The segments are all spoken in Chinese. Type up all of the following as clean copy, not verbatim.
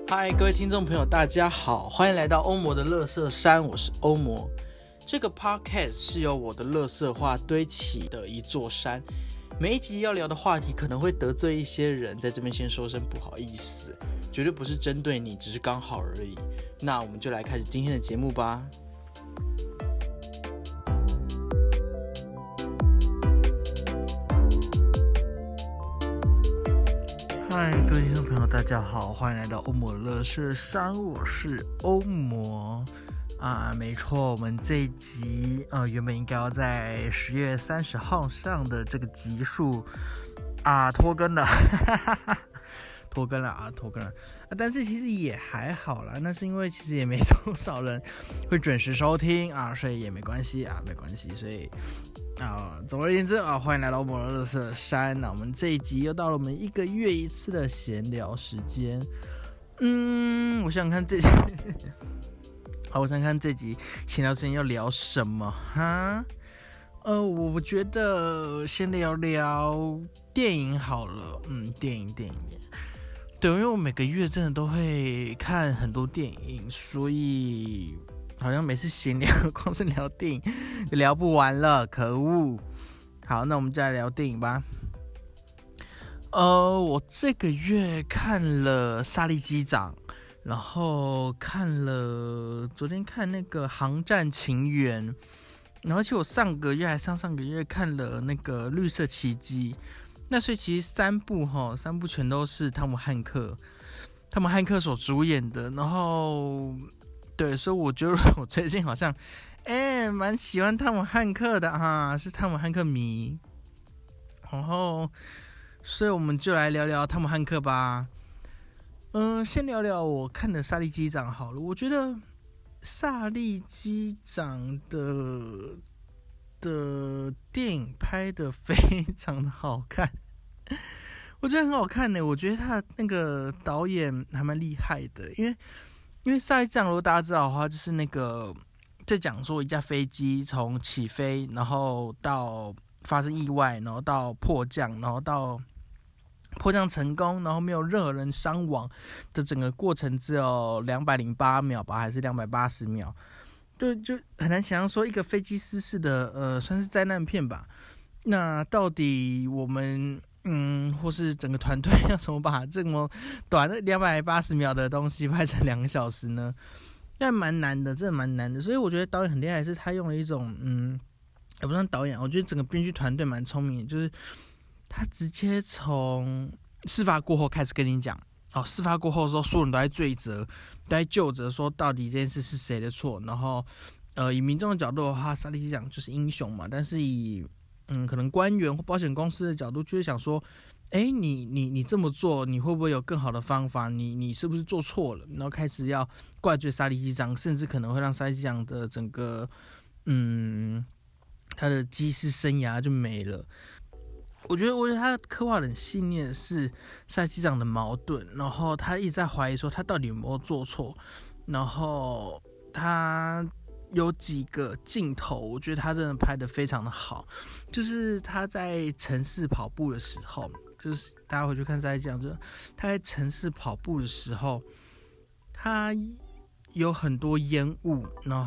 嗨，各位听众朋友，大家好，欢迎来到欧摩的垃圾山，我是欧摩。这个 podcast 是由我的垃圾话堆起的一座山，每一集要聊的话题可能会得罪一些人，在这边先说声不好意思，绝对不是针对你，只是刚好而已。那我们就来开始今天的节目吧。嗨，各位听众朋友，大家好，欢迎来到欧摩的垃圾山，我是欧摩啊。没错，我们这一集原本应该要在10月30号上的这个集数拖更了，拖更了，但是其实也还好啦，那是因为其实也没多少人会准时收听所以也没关系，所以总而言之欢迎来到欧摩的垃圾山。那我们这一集又到了我们1个月一次的闲聊时间。我想想看这集闲聊时间要聊什么哈？我觉得先聊聊电影好了。电影。对，因为我每个月真的都会看很多电影，所以好像每次闲聊光是聊电影就聊不完了，可恶。好，那我们就来聊电影吧。我这个月看了《萨利机长》，然后昨天看那个《航站情缘》，然后而且我上个月还上个月看了那个《绿色奇迹》。那所以其实三部全都是汤姆汉克所主演的。然后对，所以我觉得我最近好像蛮喜欢汤姆汉克的是汤姆汉克迷。然后所以我们就来聊聊汤姆汉克吧。先聊聊我看的《萨利机长》好了。我觉得《萨利机长》的电影拍得非常的好看，我觉得很好看呢。我觉得他那个导演还蛮厉害的，因为萨利机长如果大家知道的话，就是那个在讲说一架飞机从起飞，然后到发生意外，然后到迫降，然后到迫降成功，然后没有任何人伤亡的整个过程只有208秒吧，还是280秒？就很难想象说一个飞机失事的算是灾难片吧。那到底我们或是整个团队要怎么把这么短的280秒的东西拍成2个小时呢？但蛮难的，真的蛮难的。所以我觉得导演很厉害，是他用了一种也不算导演，我觉得整个编剧团队蛮聪明的，就是他直接从事发过后开始跟你讲。事发过后的时候，所有人都在追责，都在究责，说到底这件事是谁的错。然后，以民众的角度的话，萨利机长就是英雄嘛。但是以可能官员或保险公司的角度，就是想说，你这么做，你会不会有更好的方法？你是不是做错了？然后开始要怪罪萨利机长，甚至可能会让萨利机长的整个他的机师生涯就没了。我觉得他刻画的很细腻的是萨利机长的矛盾，然后他一直在怀疑说他到底有没有做错，然后他有几个镜头，我觉得他真的拍得非常的好，就是他在城市跑步的时候，就是大家回去看萨利机长，就是他在城市跑步的时候，他有很多烟雾，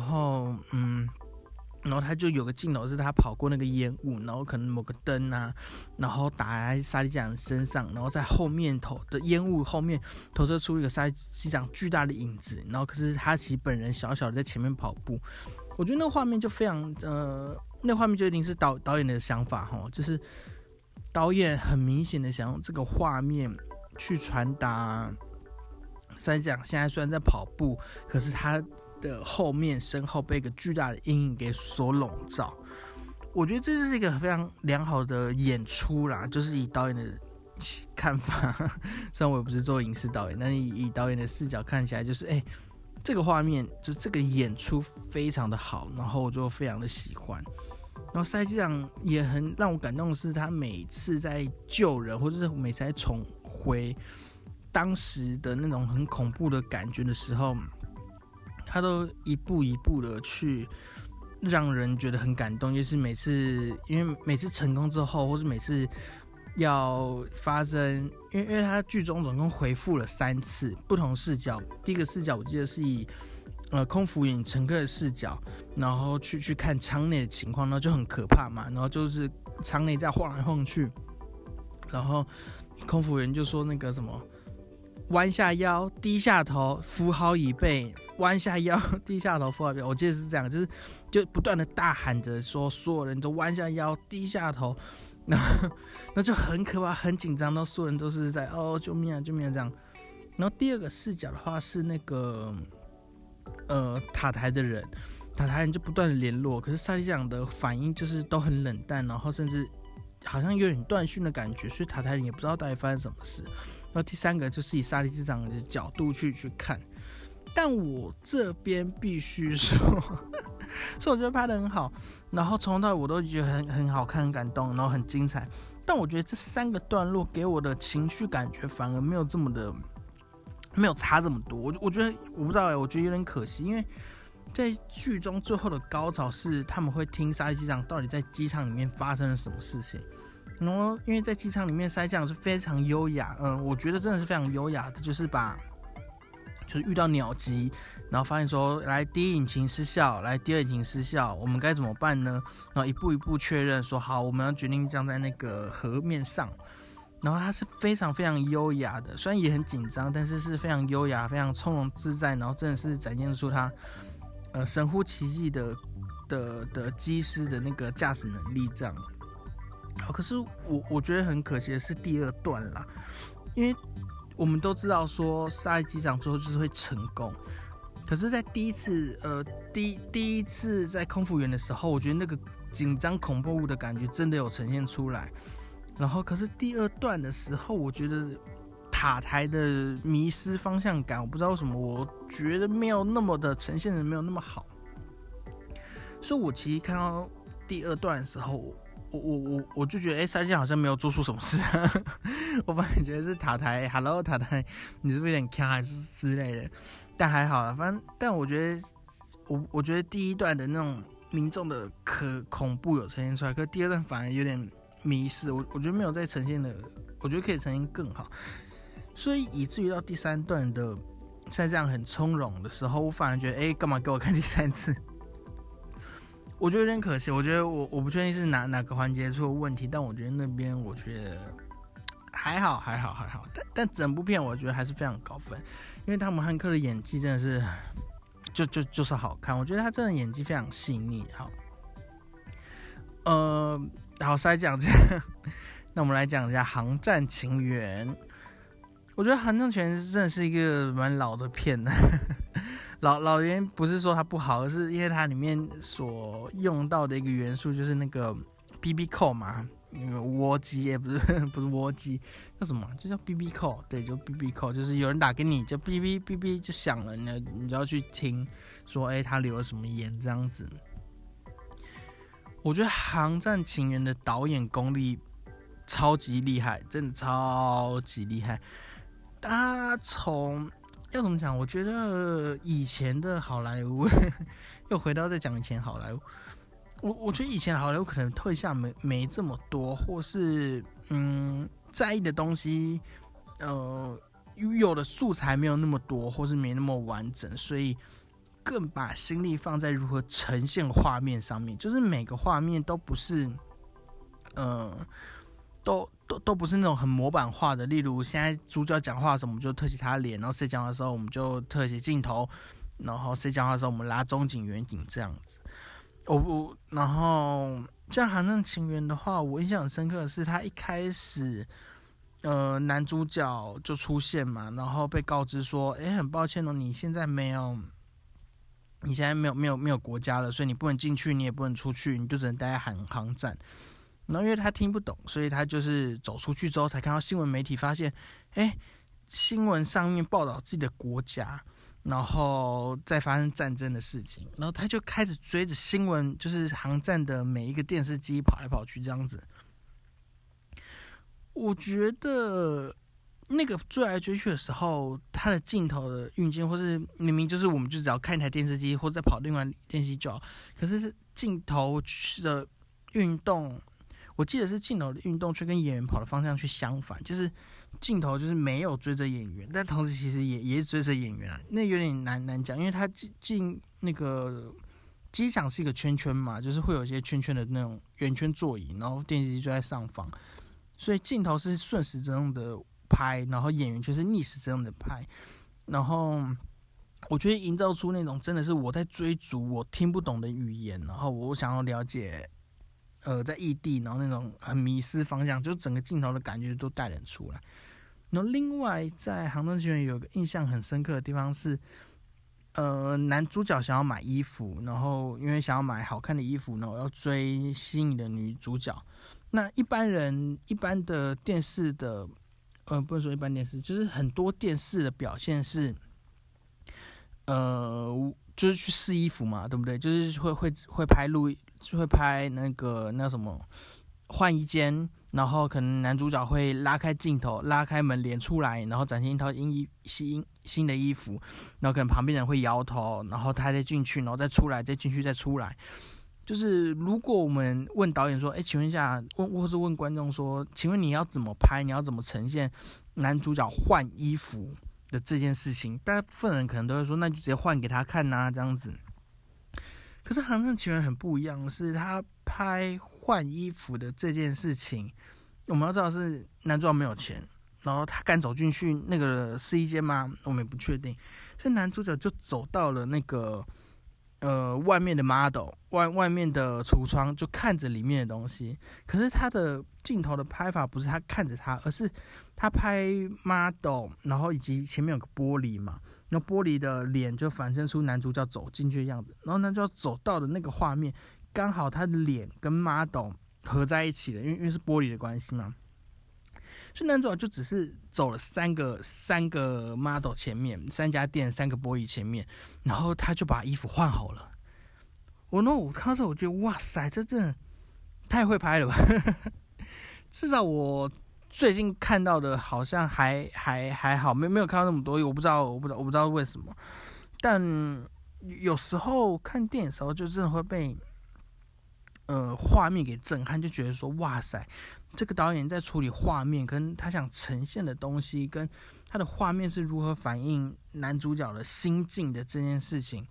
然后他就有个镜头是他跑过那个烟雾，然后可能某个灯然后打在萨利机长身上，然后在后面的烟雾后面投射出一个萨利机长巨大的影子，然后可是他其实本人小小的在前面跑步。我觉得那个画面就非常那个画面就一定是导演的想法就是导演很明显的想用这个画面去传达萨利机长现在虽然在跑步，可是他的身后被一个巨大的阴影给所笼罩。我觉得这是一个非常良好的演出啦，就是以导演的看法，虽然我也不是做影视导演，但是以导演的视角看起来，就是这个画面就这个演出非常的好，然后我就非常的喜欢。然后萨利机长也很让我感动的是，他每次在救人，或者是每次在重回当时的那种很恐怖的感觉的时候，他都一步一步的去让人觉得很感动。就是因为每次成功之后，或是每次要发生，因为他剧中总共回复了3次不同视角。第一个视角我记得是以空服员乘客的视角，然后去看舱内的情况，然后就很可怕嘛，然后就是舱内在晃来晃去，然后空服员就说那个什么，弯下腰，低下头，扶好椅背，弯下腰，低下头，扶好椅背。我记得是这样，就不断的大喊着说，所有人都弯下腰，低下头，那就很可怕，很紧张，然后所有人都是在救命啊，救命啊这样。然后第二个视角的话是那个塔台的人，塔台人就不断的联络，可是沙利机长的反应就是都很冷淡，然后甚至好像有点断讯的感觉，所以塔台人也不知道到底发生什么事。然后第3个就是以沙利机长的角度去看，但我这边必须说，所以我觉得拍得很好，然后从头到尾我都觉得很好看、很感动，然后很精彩。但我觉得这3个段落给我的情绪感觉反而没有这么的，没有差这么多。我觉得我不知道我觉得有点可惜，因为在剧中最后的高潮是他们会听沙利机长到底在机场里面发生了什么事情。然后因为在机场里面，沙利机长是非常优雅，我觉得真的是非常优雅的，就是遇到鸟击，然后发现说，来第一引擎失效，来第二引擎失效，我们该怎么办呢？然后一步一步确认说，好，我们要决定降在那个河面上。然后他是非常非常优雅的，虽然也很紧张，但是是非常优雅、非常从容自在，然后真的是展现出他神乎其技的机师的那个驾驶能力这样。好，可是我觉得很可惜的是第2段啦，因为我们都知道说沙利机长最后就是会成功，可是在第一次在空服员的时候，我觉得那个紧张恐怖的感觉真的有呈现出来。然后可是第2段的时候，我觉得塔台的迷失方向感，我不知道为什么，我觉得没有那么的呈现的没有那么好。所以我其实看到第2段的时候，我就觉得，沙利机长好像没有做出什么事。我本来觉得是塔台 ，Hello 塔台，你是不是有点强还是之类的？但还好啦，但我觉得，我觉得第1段的那种民众的恐怖有呈现出来，可第2段反而有点迷失。我觉得没有再呈现的，我觉得可以呈现更好。所以以至于到第3段的沙利机长很从容的时候，我反而觉得，干嘛给我看第3次？我觉得有点可惜，我觉得我不确定是哪个环节出了问题，但我觉得那边我觉得还好，但整部片我觉得还是非常高分，因为汤姆汉克的演技真的是就是好看，我觉得他真的演技非常细腻。好，再讲这样，那我们来讲一下《航站情缘》。我觉得《航站情缘》真的是一个蛮老的片的。老原因不是说它不好，而是因为它里面所用到的一个元素就是那个 BB 扣嘛，窝机也不是窝机，叫什么？就叫 BB 扣，对，就 BB 扣，就是有人打给你，就 BB 就响了，你就要去听，说他留了什么言这样子。我觉得《航站情缘》的导演功力超级厉害，真的超级厉害。他从要怎么讲？我觉得以前的好莱坞，又回到再讲以前好莱坞，我觉得以前好莱坞可能特效没这么多，或是在意的东西，有的素材没有那么多，或是没那么完整，所以更把心力放在如何呈现画面上面，就是每个画面都不是，都不是那种很模板化的，例如现在主角讲话的时候，我们就特写他的脸，然后谁讲话的时候，我们就特写镜头，然后谁讲话的时候，我们拉中景、远景这样子。然后像《航站情缘》的话，我印象很深刻的是，他一开始，男主角就出现嘛，然后被告知说，很抱歉哦，你现在没有国家了，所以你不能进去，你也不能出去，你就只能待在航站。然后因为他听不懂，所以他就是走出去之后才看到新闻媒体发现，新闻上面报道自己的国家，然后再发生战争的事情，然后他就开始追着新闻，就是航站的每一个电视机跑来跑去这样子。我觉得那个追来追去的时候，他的镜头的运镜，或是明明就是我们就只要看一台电视机，或者在跑另外电视机就好，可是镜头的运动， 我记得是镜头的运动却跟演员跑的方向去相反，就是镜头就是没有追着演员，但同时其实也是追着演员啊，那有点难讲，因为他进那个机场是一个圈圈嘛，就是会有一些圈圈的那种圆圈座椅，然后电视机就在上方，所以镜头是顺时针的拍，然后演员却是逆时针的拍，然后我觉得营造出那种真的是我在追逐我听不懂的语言，然后我想要了解在异地，然后那种很迷失方向，就整个镜头的感觉都带人出来。然后另外在《航站奇缘》有个印象很深刻的地方是，男主角想要买衣服，然后因为想要买好看的衣服，然后要追吸引的女主角。那一般的电视的，不能说一般电视，就是很多电视的表现是，就是去试衣服嘛，对不对？就是会拍那什么换衣间，然后可能男主角会拉开镜头，拉开门帘出来，然后展现一套新的衣服，然后可能旁边人会摇头，然后他再进去，然后再出来，再进去，再出来。就是如果我们问导演说，请问一下，或是问观众说，请问你要怎么拍，你要怎么呈现男主角换衣服的这件事情，大部分人可能都会说，那就直接换给他看啊，这样子。可是《航站奇缘》很不一样，是他拍换衣服的这件事情，我们要知道是男主角没有钱，然后他敢走进去那个试衣间吗？我们也不确定，所以男主角就走到了那个外面的 model 外面的橱窗，就看着里面的东西。可是他的镜头的拍法不是他看着他，而是他拍 model， 然后以及前面有个玻璃嘛，然后玻璃的脸就反射出男主角走进去的样子，然后男主角走到的那个画面，刚好他的脸跟 model 合在一起了，因为是玻璃的关系嘛。所以男主角就只是走了三个 model 前面，3家店3个玻璃前面，然后他就把衣服换好了。我看到这，我觉得哇塞，这真的太会拍了吧！至少我最近看到的好像还好，没有看到那么多，我不知道为什么。但有时候看电影的时候，就真的会被画面给震撼，就觉得说哇塞。这个导演在处理画面，跟他想呈现的东西，跟他的画面是如何反映男主角的心境的这件事情，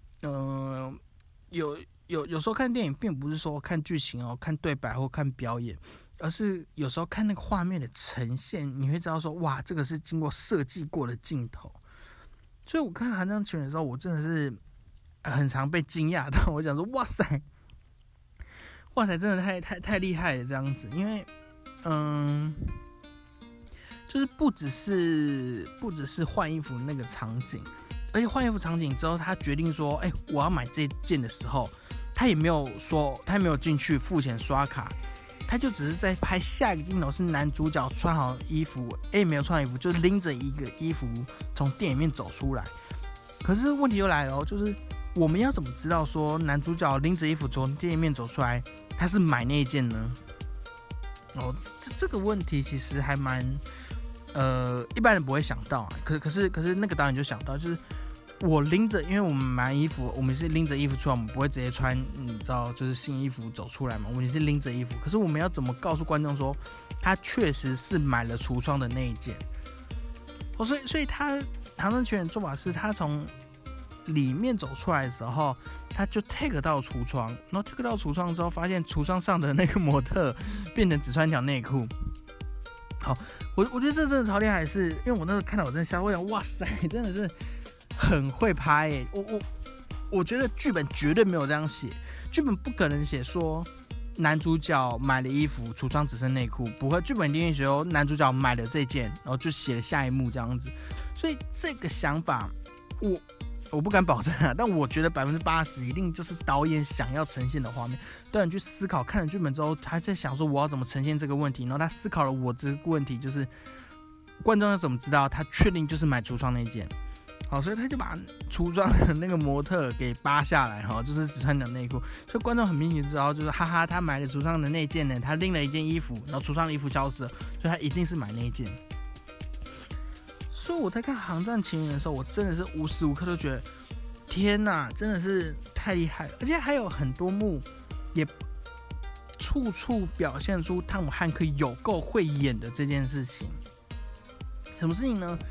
有时候看电影，并不是说看剧情看对白或看表演，而是有时候看那个画面的呈现，你会知道说，哇，这个是经过设计过的镜头。所以我看《航站奇缘》的时候，我真的是很常被惊讶到，我想说，哇塞，真的太厉害了这样子，因为就是不只是换衣服那个场景，而且换衣服场景之后，他决定说，我要买这件的时候，他也没有进去付钱刷卡，他就只是在拍下一个镜头，是男主角穿好衣服，没有穿衣服，就拎着一个衣服从店里面走出来。可是问题又来了，就是我们要怎么知道说男主角拎着衣服从店里面走出来，他是买那一件呢？这个问题其实还蛮一般人不会想到啊。可是那个导演就想到，就是我拎着，因为我们买衣服，我们是拎着衣服出来，我们不会直接穿，你知道，就是新衣服走出来嘛，我们也是拎着衣服。可是我们要怎么告诉观众说，他确实是买了橱窗的那一件？所以他航站奇缘的做法是，他从里面走出来的时候，他就 take 到橱窗，然后 take 到橱窗之后，发现橱窗上的那个模特变成只穿一条内裤。好，我觉得这真的超厉害，是因为我那时候看到我真的笑，我想哇塞，真的是很会拍耶！我觉得剧本绝对没有这样写，剧本不可能写说男主角买了衣服，橱窗只剩内裤，不会，剧本一定写说男主角买了这件，然后就写了下一幕这样子。所以这个想法，我不敢保证啊，但我觉得80%一定就是导演想要呈现的画面。导演去思考，看了剧本之后，他在想说我要怎么呈现这个问题，然后他思考了我这个问题，就是观众要怎么知道他确定就是买橱窗那件。好，所以他就把橱窗的那个模特给扒下来，就是只穿条内裤，所以观众很明显知道，就是哈哈，他买了橱窗的那件呢，他拎了一件衣服，然后橱窗的衣服消失了，所以他一定是买那一件。所以我在看《航站奇缘》的时候，我真的是无时无刻都觉得，天哪，真的是太厉害了！而且还有很多幕也处处表现出汤姆汉克有够会演的这件事情。什么事情呢？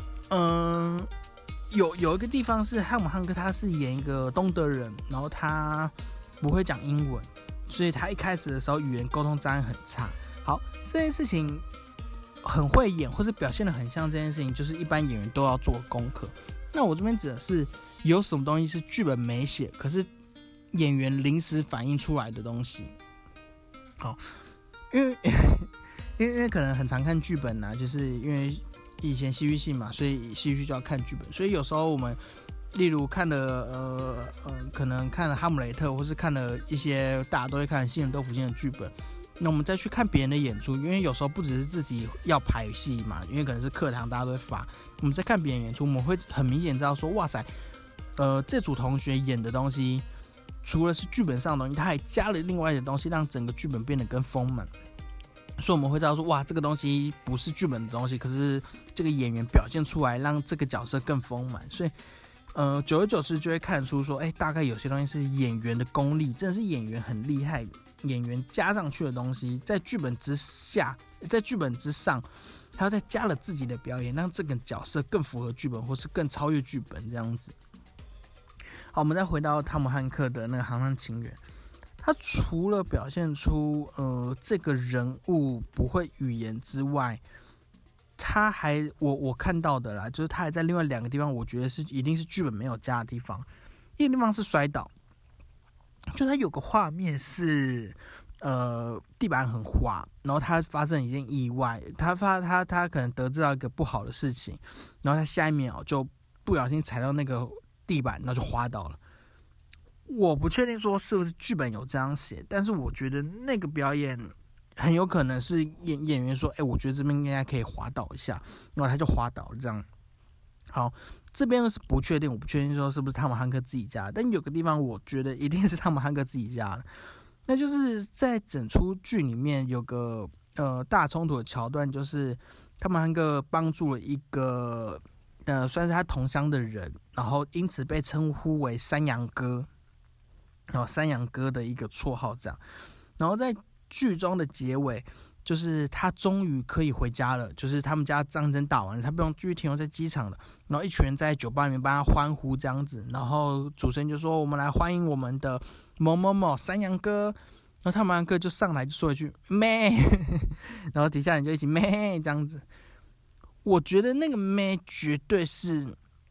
有一个地方是汤姆汉克，他是演一个东德人，然后他不会讲英文，所以他一开始的时候语言沟通障碍很差。好，这件事情很会演，或是表现得很像这件事情，就是一般演员都要做功课。那我这边指的是有什么东西是剧本没写，可是演员临时反映出来的东西。好，因为可能很常看剧本啊，就是因为以前戏剧系嘛，所以戏剧就要看剧本，所以有时候我们例如看了可能看了《哈姆雷特》，或是看了一些大家都会看的《杏仁豆腐心》的剧本，那我们再去看别人的演出，因为有时候不只是自己要排戏嘛，因为可能是课堂大家都会发，我们在看别人演出，我们会很明显知道说，哇塞，这组同学演的东西，除了是剧本上的东西，他还加了另外的东西，让整个剧本变得更丰满。所以我们会知道说，哇，这个东西不是剧本的东西，可是这个演员表现出来，让这个角色更丰满。所以，久而久之就会看出说，大概有些东西是演员的功力，真的是演员很厉害，演员加上去的东西，在剧本之下，在剧本之上，他再加了自己的表演，让这个角色更符合剧本，或是更超越剧本这样子。好，我们再回到汤姆汉克的那个《航向情缘》。他除了表现出这个人物不会语言之外，他还我看到的啦，就是他还在另外2个地方，我觉得是一定是剧本没有加的地方。一个地方是摔倒，就他有个画面是地板很滑，然后他发生一件意外，他可能得知到一个不好的事情，然后他下一秒就不小心踩到那个地板，然后就滑倒了。我不确定说是不是剧本有这样写，但是我觉得那个表演很有可能是演员说，我觉得这边应该可以滑倒一下，然后他就滑倒了这样。好，这边是不确定，我不确定说是不是汤姆汉克自己加的，但有个地方我觉得一定是汤姆汉克自己加的，那就是在整出剧里面有个大冲突的桥段，就是汤姆汉克帮助了一个算是他同乡的人，然后因此被称呼为山羊哥。然后山羊哥的一个绰号这样，然后在剧中的结尾，就是他终于可以回家了，就是他们家战争打完了，他不用继续停留在机场了，然后一群人在酒吧里面帮他欢呼这样子，然后主持人就说：“我们来欢迎我们的某某某山羊哥。”然后他们哥就上来就说一句“咩”，然后底下人就一起“咩”这样子。我觉得那个“咩”绝对是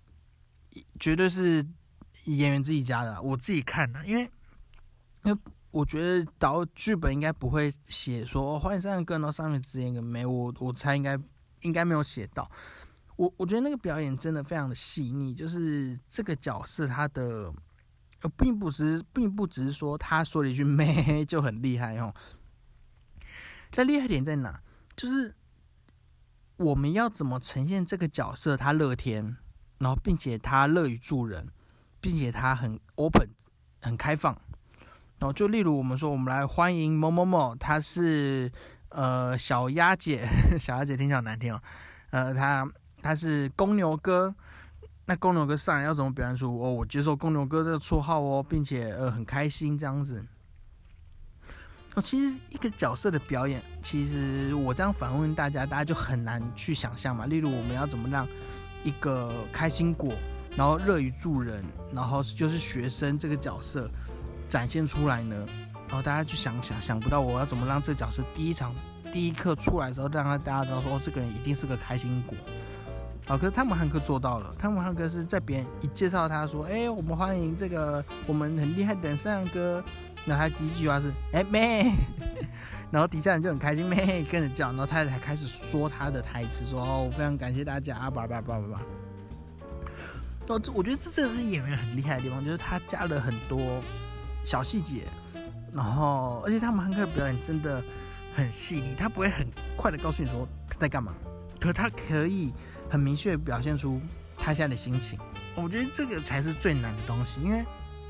演员自己加的，我自己看的，因为我觉得剧本应该不会写说欢迎山羊哥，然后上面只演一个妹，我猜应该没有写到。我觉得那个表演真的非常的细腻，就是这个角色他的并不只是说他说了一句妹就很厉害哦。他厉害点在哪？就是我们要怎么呈现这个角色他乐天，然后并且他乐于助人。并且他很 open 很开放，然后就例如我们说，我们来欢迎某某某，他是小鸭姐，小鸭姐听起来好难听哦，他是公牛哥，那公牛哥上来要怎么表现出我接受公牛哥这个绰号哦，并且很开心这样子。其实一个角色的表演，其实我这样反问大家就很难去想象嘛。例如我们要怎么让一个开心果，然后乐于助人，然后就是学生这个角色展现出来呢？然后大家就想不到我要怎么让这个角色第一刻出来的时候，让大家知道说，这个人一定是个开心果。好，可是汤姆汉克做到了。汤姆汉克是在别人一介绍他说：“我们欢迎这个我们很厉害的山羊哥。”然后他第一句话是“妹”，然后底下人就很开心，妹跟着叫，然后他才开始说他的台词，说：“我非常感谢大家啊，叭叭叭叭叭。”我觉得这真的是演员很厉害的地方，就是他加了很多小细节，然后而且汤姆汉克的表演真的很细腻，他不会很快的告诉你说他在干嘛，可他可以很明确的表现出他现在的心情。我觉得这个才是最难的东西，因为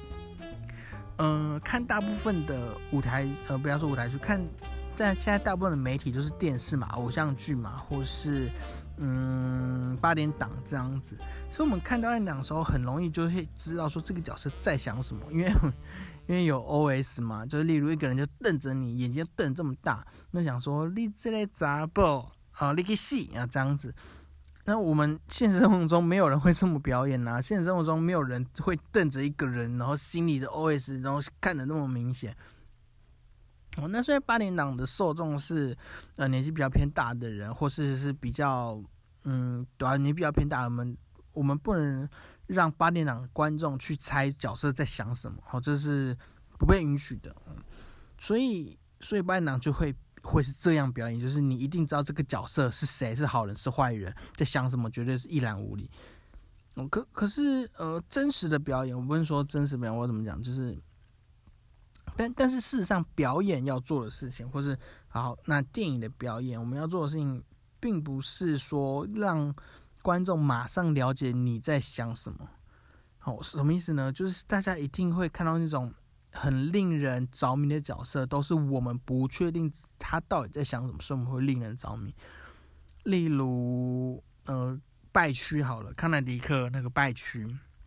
看大部分的舞台，不要说舞台剧，看现在大部分的媒体就是电视嘛、偶像剧嘛，或是8点档这样子，所以我们看到8点档的时候，很容易就会知道说这个角色在想什么，因因为有 OS 嘛，就是例如一个人就瞪着你，眼睛瞪这么大，那想说你这个杂宝啊，你去死啊这样子。那我们现实生活中没有人会这么表演啊，现实生活中没有人会瞪着一个人，然后心里的 OS 然后看得那么明显。那虽然8点档的受众是年纪比较偏大的人，或是比较对啊，年纪比较偏大的我们不能让8点档观众去猜角色在想什么，这是不被允许的。所以8点档就会是这样表演，就是你一定知道这个角色是谁，是好人是坏人，在想什么，绝对是一览无遗。可是真实的表演，我不是说真实表演，我怎么讲，就是但是事实上表演要做的事情，或是好那电影的表演，我们要做的事情，并不是说让观众马上了解你在想什么。什么意思呢？就是大家一定会看到那种很令人着迷的角色，都是我们不确定他到底在想什么，所以我们会令人着迷。例如败区好了，康乃狄克那个败区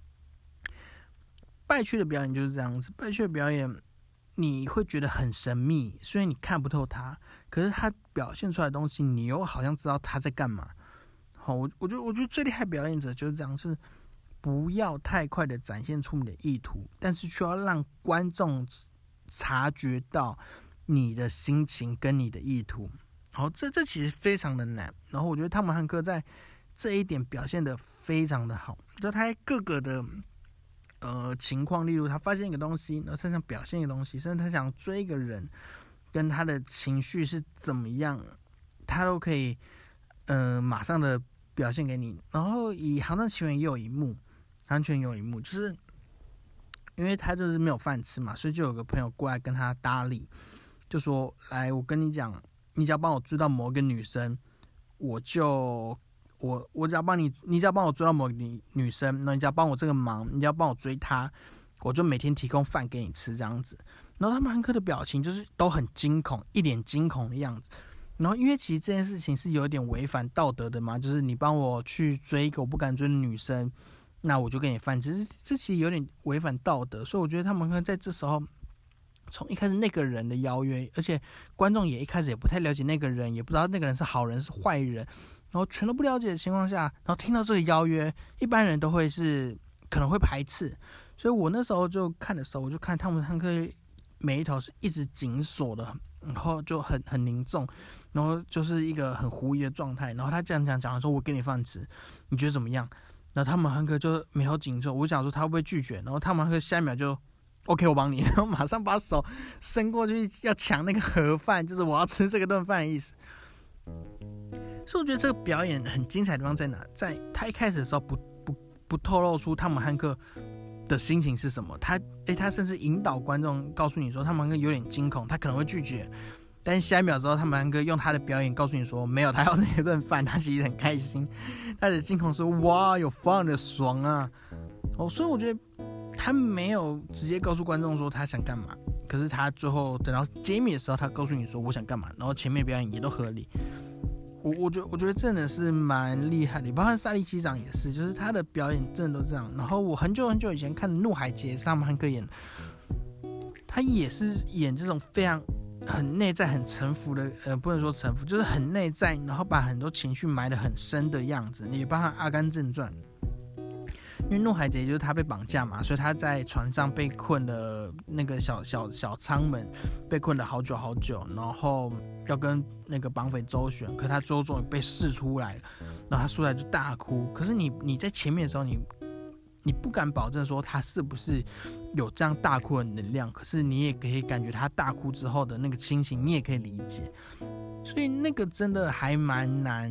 的表演就是这样子。败区的表演你会觉得很神秘，虽然你看不透他，可是他表现出来的东西，你又好像知道他在干嘛。我觉得最厉害表演者就是这样，就是不要太快的展现出你的意图，但是却要让观众察觉到你的心情跟你的意图。这其实非常的难。然后我觉得汤姆汉克在这一点表现得非常的好，就他在各个的情况，例如他发现一个东西，然后他想表现一个东西，甚至他想追一个人，跟他的情绪是怎么样，他都可以马上的表现给你。然后以《航站奇缘》也有一幕，就是因为他就是没有饭吃嘛，所以就有个朋友过来跟他搭理，就说：“来，我跟你讲，你只要帮我追到某一个女生，我只要帮你只要帮我追到某个女生，那你只要帮我这个忙，你只要帮我追她，我就每天提供饭给你吃这样子。”然后他们汉克的表情就是都很惊恐，一脸惊恐的样子。然后因为其实这件事情是有点违反道德的嘛，就是你帮我去追一个我不敢追的女生，那我就给你饭吃，这其实有点违反道德。所以我觉得他们可能在这时候，从一开始那个人的邀约，而且观众也一开始也不太了解那个人，也不知道那个人是好人是坏人，然后全都不了解的情况下，然后听到这个邀约，一般人都会可能会排斥。所以我那时候就看的时候，我就看汤姆汉克每一头是一直紧锁的，然后就很凝重，然后就是一个很狐疑的状态。然后他这样讲说：“我给你饭吃，你觉得怎么样？”然后汤姆汉克就眉头紧皱，我想说他会不会拒绝，然后汤姆汉克下一秒就 OK 我帮你，然后马上把手伸过去要抢那个盒饭，就是我要吃这个顿饭的意思。所以我觉得这个表演很精彩的地方在哪？在他一开始的时候不透露出汤姆汉克的心情是什么，他甚至引导观众告诉你说汤姆汉克有点惊恐，他可能会拒绝。但是下一秒之后，汤姆汉克用他的表演告诉你说，没有，他要那一顿饭，他其实很开心。他的惊恐是哇，有饭的爽啊！所以我觉得他没有直接告诉观众说他想干嘛，可是他最后等到揭秘的时候，他告诉你说我想干嘛，然后前面表演也都合理。我觉得真的是蛮厉害的，包括萨利机长也是，就是他的表演真的都这样。然后我很久以前看的《怒海劫》是汤姆汉克演的，他也是演这种非常很内在、很沉浮的，不能说沉浮，就是很内在，然后把很多情绪埋得很深的样子。也包括《阿甘正传》，因为怒海劫就是他被绑架嘛，所以他在船上被困了那个小舱门，被困了好久，然后要跟那个绑匪周旋，可他最后终于被释出来了，然后他出来就大哭。可是你在前面的时候，你不敢保证说他是不是有这样大哭的能量，可是你也可以感觉他大哭之后的那个心情，你也可以理解。所以那个真的还蛮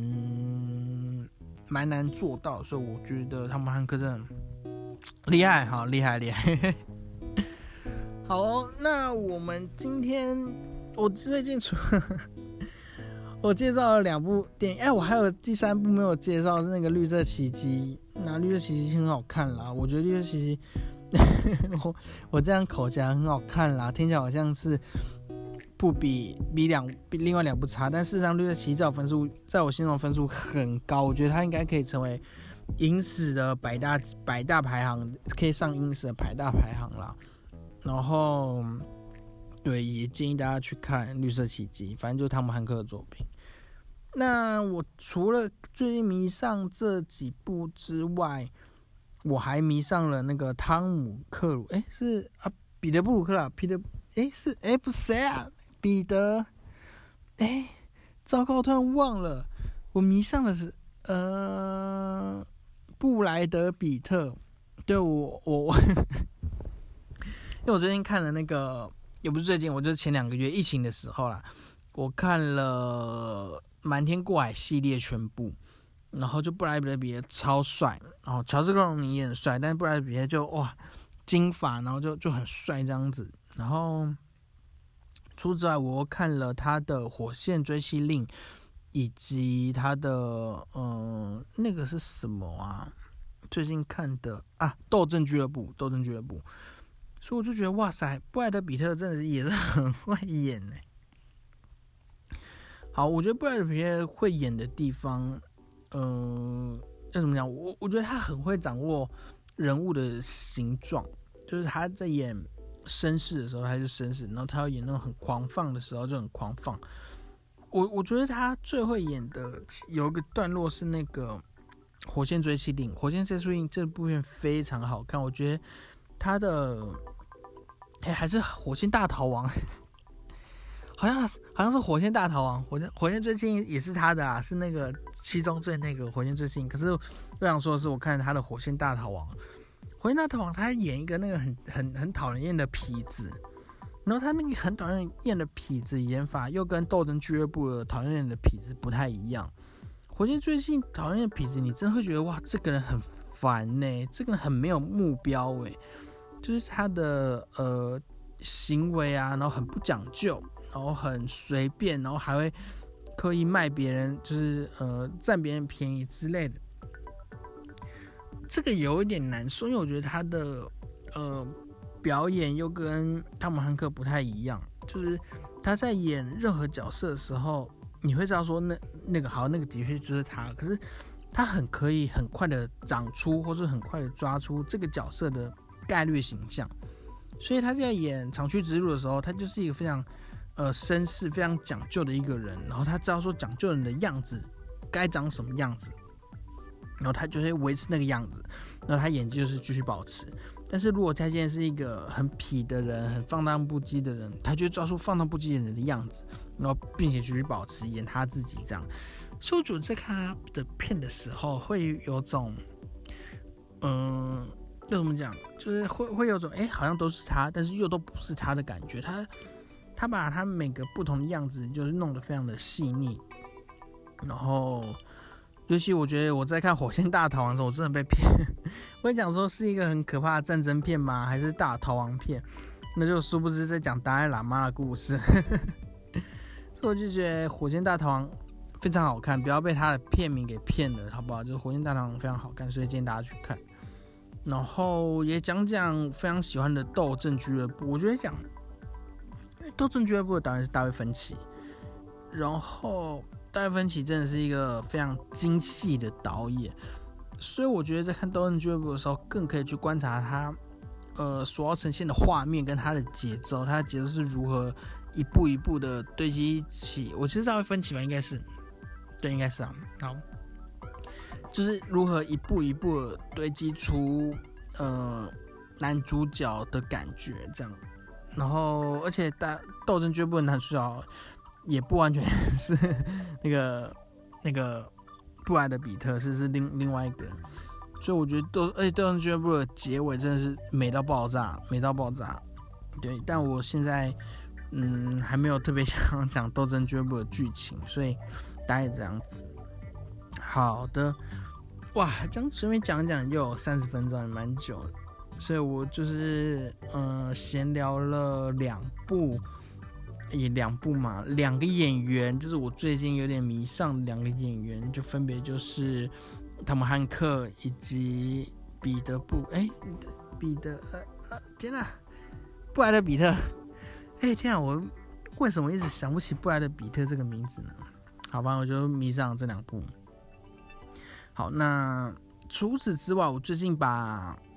难做到，所以我觉得汤姆汉克真的厉害，好厉害。好哦，那我们今天我最近我介绍了2部电影，我还有第3部没有介绍，是那个绿色奇迹。那绿色奇迹很好看啦，我觉得绿色奇迹我这样口讲很好看啦，听起来好像是不比另外2部差，但事实上绿色奇迹在我心中分数很高，我觉得它应该可以成为影史的百大排行，可以上影史的百大排行啦。 然后对，也建议大家去看《绿色奇迹》，反正就是汤姆汉克的作品。那我除了最近迷上这几部之外，我还迷上了那个汤姆克鲁，是啊，彼得布鲁克啦，不是谁啊？彼得，糟糕，突然忘了，我迷上的是布莱德比特。对我因为我最近看了那个，也不是最近，我就前2个月疫情的时候啦，我看了《瞒天过海》系列全部，然后就布莱德比特超帅，然后乔治克隆尼也很帅，但是布莱德比特就哇金发，然后就很帅这样子。然后除此之外，我又看了他的《火线追缉令》，以及他的那个是什么啊？最近看的啊，《斗阵俱乐部》。所以我就觉得哇塞，布莱德比特真的也是很会演呢。好，我觉得布莱德比特会演的地方，要怎么讲？我觉得他很会掌握人物的形状，就是他在演绅士的时候他就绅士，然后他要演那种很狂放的时候就很狂放。我觉得他最会演的有一个段落是那个《火线追缉令》，《火线追缉令》这部片非常好看，我觉得他的还是《火线大逃亡》好像是《火线大逃亡》，火线追缉也是他的啊，是那个七宗罪那个火线追缉。可是我想说的是，我看他的《火线大逃亡》，《火线大逃亡》他演一个那个很讨人厌的痞子，然后他那个很讨人厌的痞子演法又跟《斗争俱乐部》的讨人厌的痞子不太一样。火线追缉讨人厌的痞子，你真的会觉得哇，这个人很烦呢，这个人很没有目标哎，就是他的行为啊，然后很不讲究，然后很随便，然后还会刻意卖别人，就是占别人便宜之类的。这个有一点难说，因为我觉得他的表演又跟汤姆汉克不太一样，就是他在演任何角色的时候，你会知道说那个好，那个的确就是他，可是他可以很快的长出，或是很快的抓出这个角色的概率形象。所以他在演长驱直入的时候，他就是一个非常绅士、非常讲究的一个人，然后他知道说讲究人的样子该长什么样子，然后他就会维持那个样子，然后他演技就是继续保持。但是如果他现在是一个很痞的人、很放荡不羁的人，他就会抓住放荡不羁的人的样子，然后并且继续保持演他自己这样。所以我觉得在看他的片的时候，会有种要怎么讲，就是会有种好像都是他，但是又都不是他的感觉。他把他每个不同的样子就是弄得非常的细腻，然后尤其我觉得我在看《火线大逃亡》的时候，我真的被骗。我会讲说是一个很可怕的战争片吗？还是大逃亡片？那就殊不知在讲达赖喇嘛的故事。所以我就觉得《火线大逃亡》非常好看，不要被他的片名给骗了，好不好？就是《火线大逃亡》非常好看，所以建议大家去看。然后也讲非常喜欢的《斗阵俱乐部》，我觉得讲《斗阵俱乐部》的导演是大卫芬奇，然后大卫芬奇真的是一个非常精细的导演，所以我觉得在看《斗阵俱乐部》的时候，更可以去观察他所要呈现的画面跟他的节奏，他的节奏是如何一步一步的堆积起。我其实大卫芬奇吧，应该是啊，好。就是如何一步一步的堆积出男主角的感觉这样，然后而且斗争俱乐部的男主角也不完全是那个布莱德比特，是另外一个人，所以我觉得斗争俱乐部的结尾真的是美到爆炸。对，但我现在还没有特别想要讲斗争俱乐部的剧情，所以大概这样子。好的。哇，这样随便讲又有30分钟，也蛮久的，所以我就是闲聊了2部嘛，2个演员，就是我最近有点迷上的2个演员，就分别就是汤姆汉克以及天哪，布莱德比特，天哪，我为什么一直想不起布莱德比特这个名字呢？好吧，我就迷上这2部。好，那除此之外，我最近把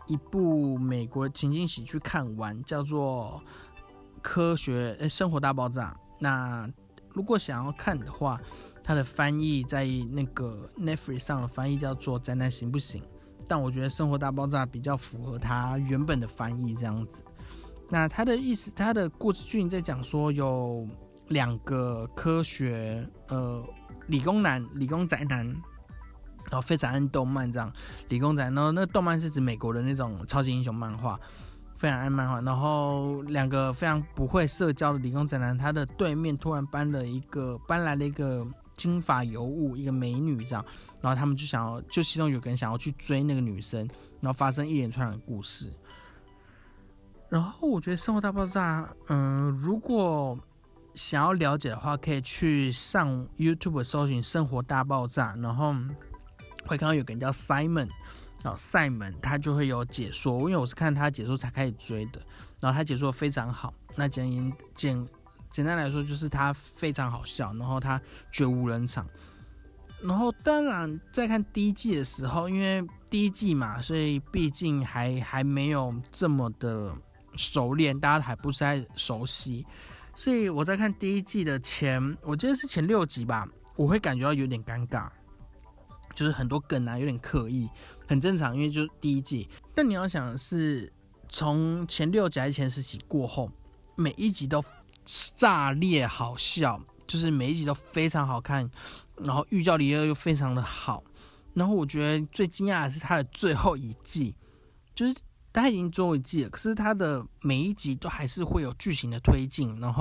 一部美国情景喜剧看完，叫做生活大爆炸。那如果想要看的话，它的翻译在那个 Netflix 上的翻译叫做宅男行不行，但我觉得生活大爆炸比较符合它原本的翻译这样子。那它的意思，它的故事剧情在讲说有2个科学理工宅男，然后非常爱动漫这样，理工宅，然后那个动漫是指美国的那种超级英雄漫画，非常爱漫画。然后2个非常不会社交的理工宅男，他的对面突然搬来了一个金发尤物，一个美女这样，然后他们就其中有个人想要去追那个女生，然后发生一连串的故事。然后我觉得《生活大爆炸》，如果想要了解的话，可以去上 YouTube 搜寻《生活大爆炸》，然后会看到有个人叫 Simon， 他就会有解说，因为我是看他解说才开始追的，然后他解说得非常好。那简单来说，就是他非常好笑，然后他绝无人场。然后当然在看第1季的时候，因为第1季嘛，所以毕竟还没有这么的熟练，大家还不是太熟悉，所以我在看第1季的我记得是前6集吧，我会感觉到有点尴尬，就是很多梗啊有点刻意，很正常，因为就是第1季。但你要想的是，从前6集还是前10集过后，每一集都炸裂好笑，就是每一集都非常好看，然后寓教于乐又非常的好。然后我觉得最惊讶的是它的最后1季，就是它已经最后1季了，可是它的每一集都还是会有剧情的推进，然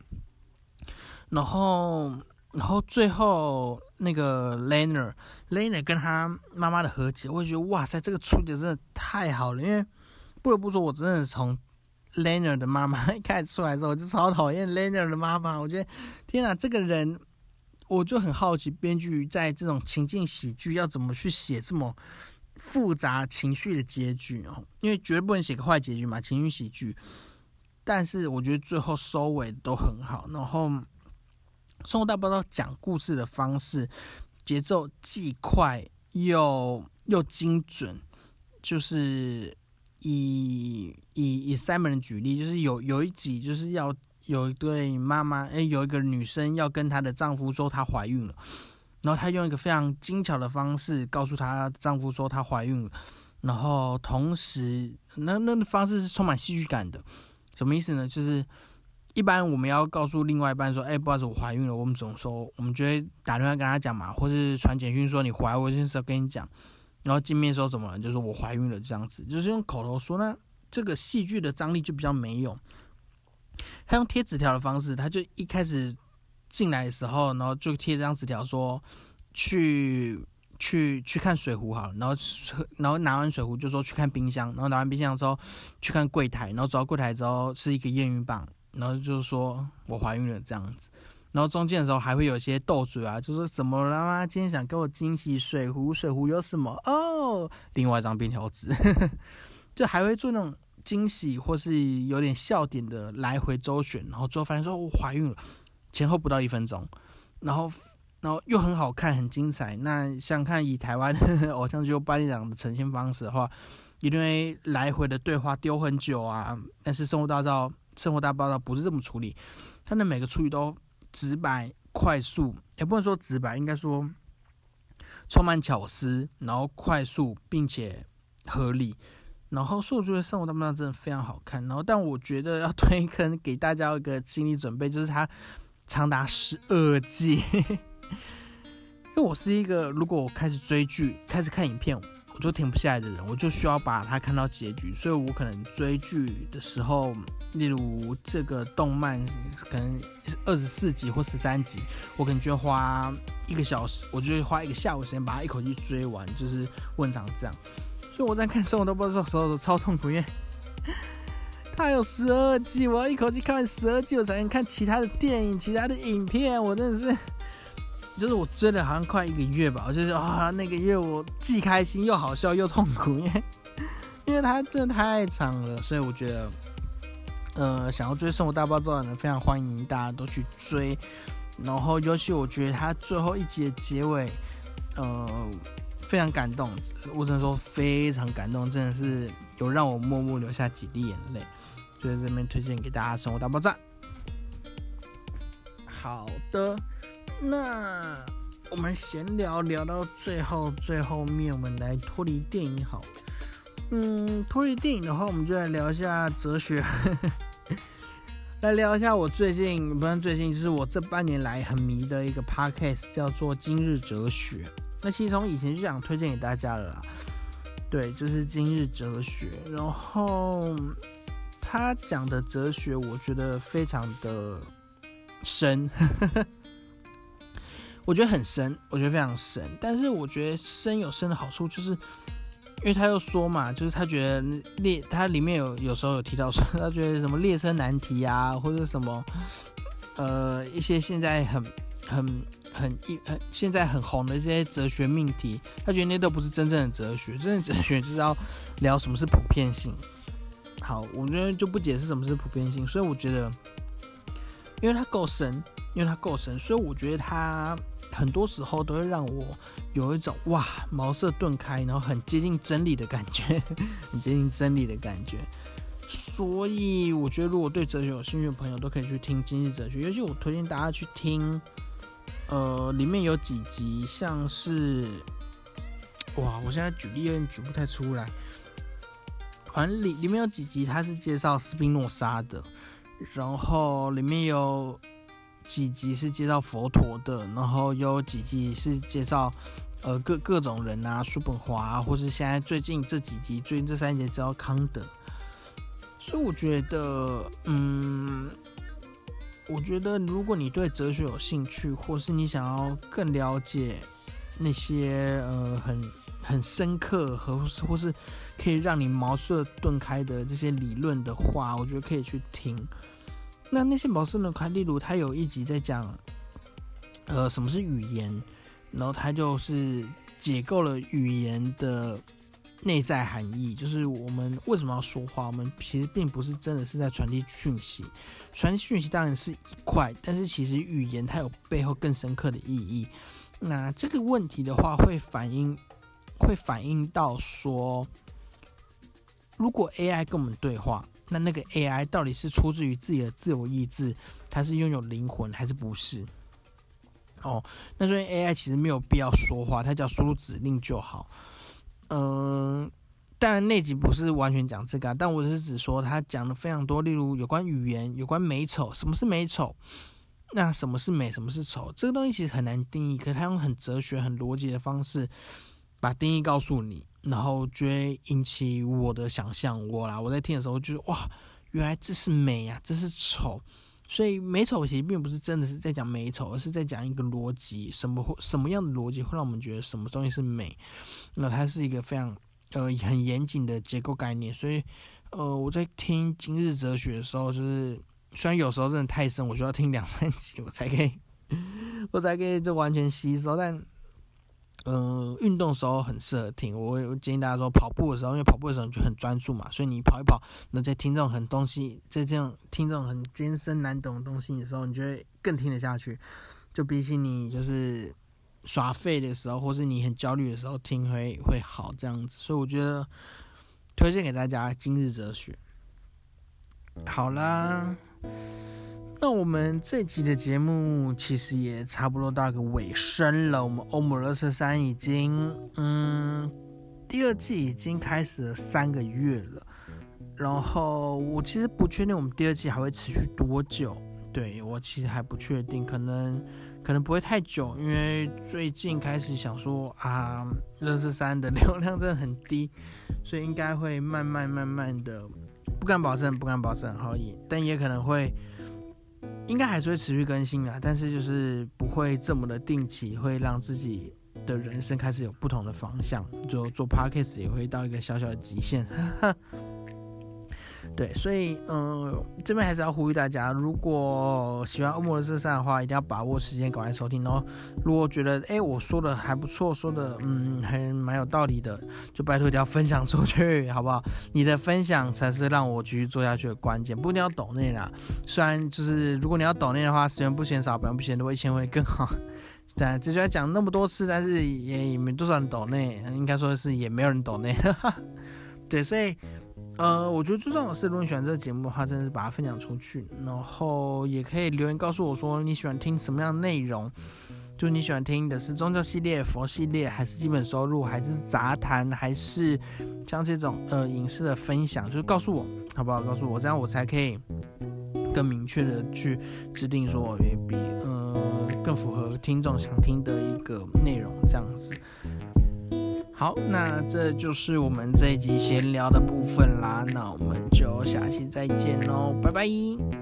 后最后那个 Leonard 跟他妈妈的和解，我也觉得哇塞，这个处理的真的太好了。因为不得不说，我真的从 Leonard 的妈妈一开始出来的时候，我就超讨厌 Leonard 的妈妈。我觉得天哪，这个人，我就很好奇，编剧在这种情境喜剧要怎么去写这么复杂情绪的结局哦，因为绝对不能写个坏结局嘛，情绪喜剧。但是我觉得最后收尾都很好，然后生活大爆炸讲故事的方式，节奏既快又精准。就是以 Simon 举例，就是有一集就是要有一对妈妈，有一个女生要跟她的丈夫说她怀孕了。然后她用一个非常精巧的方式告诉她丈夫说她怀孕了，然后同时那方式是充满戏剧感的。什么意思呢？就是一般我们要告诉另外一半说，不好意思，我怀孕了，我们怎么说？我们就会打电话跟他讲嘛，或是传简讯说你怀我这件事要跟你讲。然后见面的时候怎么了？就是我怀孕了这样子，就是用口头说。那这个戏剧的张力就比较没有。他用贴纸条的方式，他就一开始进来的时候，然后就贴这张纸条说去看水壶好了，然后拿完水壶就说去看冰箱，然后拿完冰箱之后去看柜台，然后走到柜台之后是一个验孕棒，然后就说我怀孕了这样子。然后中间的时候还会有一些斗嘴啊，就说怎么了吗？今天想给我惊喜，水壶有什么？哦，另外一张便条纸，就还会做那种惊喜或是有点笑点的来回周旋，然后最后发现说我怀孕了，前后不到1分钟，然后又很好看，很精彩。那像看以台湾偶像剧颁奖的呈现方式的话，一定会来回的对话丢很久啊。但是生活大爆炸不是这么处理，它的每个处理都直白快速，也不能说直白，应该说充满巧思，然后快速并且合理。然后所以我觉得生活大爆炸真的非常好看。然后但我觉得要推坑给大家一个心理准备，就是它长达12季。因为我是一个如果我开始追剧开始看影片我就停不下来的人，我就需要把它看到结局。所以我可能追剧的时候，例如这个动漫可能24集或13集，我可能就会花1个小时，我就会花1个下午时间把它一口气追完，就是问常这样。所以我在看生活大爆炸的时候超痛苦，因为它有12季，我要一口气看完12季，我才能看其他的电影、其他的影片。我真的是，就是我追了好像快1个月吧，我就是那个月我既开心又好笑又痛苦，因为它真的太长了。所以我觉得，想要追生活大爆炸的人非常欢迎大家都去追。然后尤其我觉得它最后1集的结尾， 非常感动，我只能说非常感动，真的是有让我默默流下几滴眼泪，所以这边推荐给大家《生活大爆炸》。好的，那我们闲聊到最后面，我们来脱离电影好了。脱离电影的话，我们就来聊一下哲学。来聊一下我最近，就是我这半年来很迷的一个 podcast， 叫做《今日哲学》。那其实从以前就想推荐给大家了啦，对，就是《今日哲学》。然后他讲的哲学，我觉得非常的深，我觉得很深，我觉得非常深。但是我觉得深有深的好处，就是因为他又说嘛，就是他觉得他里面有时候有提到说，他觉得什么列车难题啊，或者什么一些现在现在很红的这些哲学命题，他觉得那都不是真正的哲学，真正的哲学就是要聊什么是普遍性。好，我觉得就不解释什么是普遍性，所以我觉得，因为它够深，所以我觉得它很多时候都会让我有一种哇茅塞顿开，然后很接近真理的感觉，所以我觉得如果对哲学有兴趣的朋友都可以去听《今日哲学》，尤其我推荐大家去听，里面有几集像是，哇，我现在举例有点举不太出来，反正里面有几集它是介绍斯宾诺莎的，然后里面有几集是介绍佛陀的，然后有几集是介绍各种人啊，叔本华啊，或是现在最近这3集介绍康德。所以我觉得如果你对哲学有兴趣，或是你想要更了解那些很深刻或是可以让你茅塞顿开的这些理论的话，我觉得可以去听。那些茅塞顿开，例如他有一集在讲什么是语言，然后他就是解构了语言的内在含义，就是我们为什么要说话，我们其实并不是真的是在传递讯息，传递讯息当然是一块，但是其实语言它有背后更深刻的意义。那这个问题的话会反映到说，如果 AI 跟我们对话，那个 AI 到底是出自于自己的自由意志，它是拥有灵魂还是不是？那所以 AI 其实没有必要说话，它只要输入指令就好。当然那集不是完全讲这个但我是指说他讲了非常多，例如有关语言，有关美丑，什么是美丑，那什么是美，什么是丑，这个东西其实很难定义，可是他用很哲学很逻辑的方式把定义告诉你，然后就会引起我的想象。我在听的时候就是哇，原来这是美啊，这是丑。所以美丑其实并不是真的是在讲美丑，而是在讲一个逻辑，什么样的逻辑会让我们觉得什么东西是美。那它是一个非常很严谨的结构概念。所以我在听今日哲学的时候，就是虽然有时候真的太深，我需要听2-3集我才可以就完全吸收，但运动的时候很适合听。我建议大家说跑步的时候，因为跑步的时候你就很专注嘛，所以你跑一跑，那在听这种很东西，在这样听这种很艰深难懂的东西的时候，你就会更听得下去，就比起你就是耍废的时候，或是你很焦虑的时候听会好这样子。所以我觉得推荐给大家今日哲学。好啦，那我们这集的节目其实也差不多到一个尾声了。我们欧姆243已经第2季已经开始了3个月了，然后我其实不确定我们第2季还会持续多久，对，我其实还不确定，可能不会太久，因为最近开始想说243的流量真的很低，所以应该会慢慢的，不敢保证好，但也可能会，应该还是会持续更新啦，但是就是不会这么的定期，会让自己的人生开始有不同的方向，就做 podcast 也会到一个小小的极限。对，所以这边还是要呼吁大家，如果喜欢欧姆243的话，一定要把握时间赶快收听哦。如果觉得我说的还不错，说的还蛮有道理的，就拜托一定要分享出去，好不好？你的分享才是让我继续做下去的关键，不一定要抖内啦。虽然就是如果你要抖内的话，时间不嫌少，本来不嫌多，1000会更好。 这就要讲那么多次，但是也没多少人抖内，应该说是也没有人抖内。对，所以我觉得最重要的是，如果你喜欢这个节目的话，真的是把它分享出去，然后也可以留言告诉我说你喜欢听什么样的内容，就是你喜欢听的是宗教系列、佛系列，还是基本收入，还是杂谈，还是像这种影视的分享，就是告诉我好不好？告诉我，这样我才可以更明确的去制定说也比更符合听众想听的一个内容，这样子。好，那这就是我们这一集闲聊的部分啦，那我们就下期再见喽，拜拜。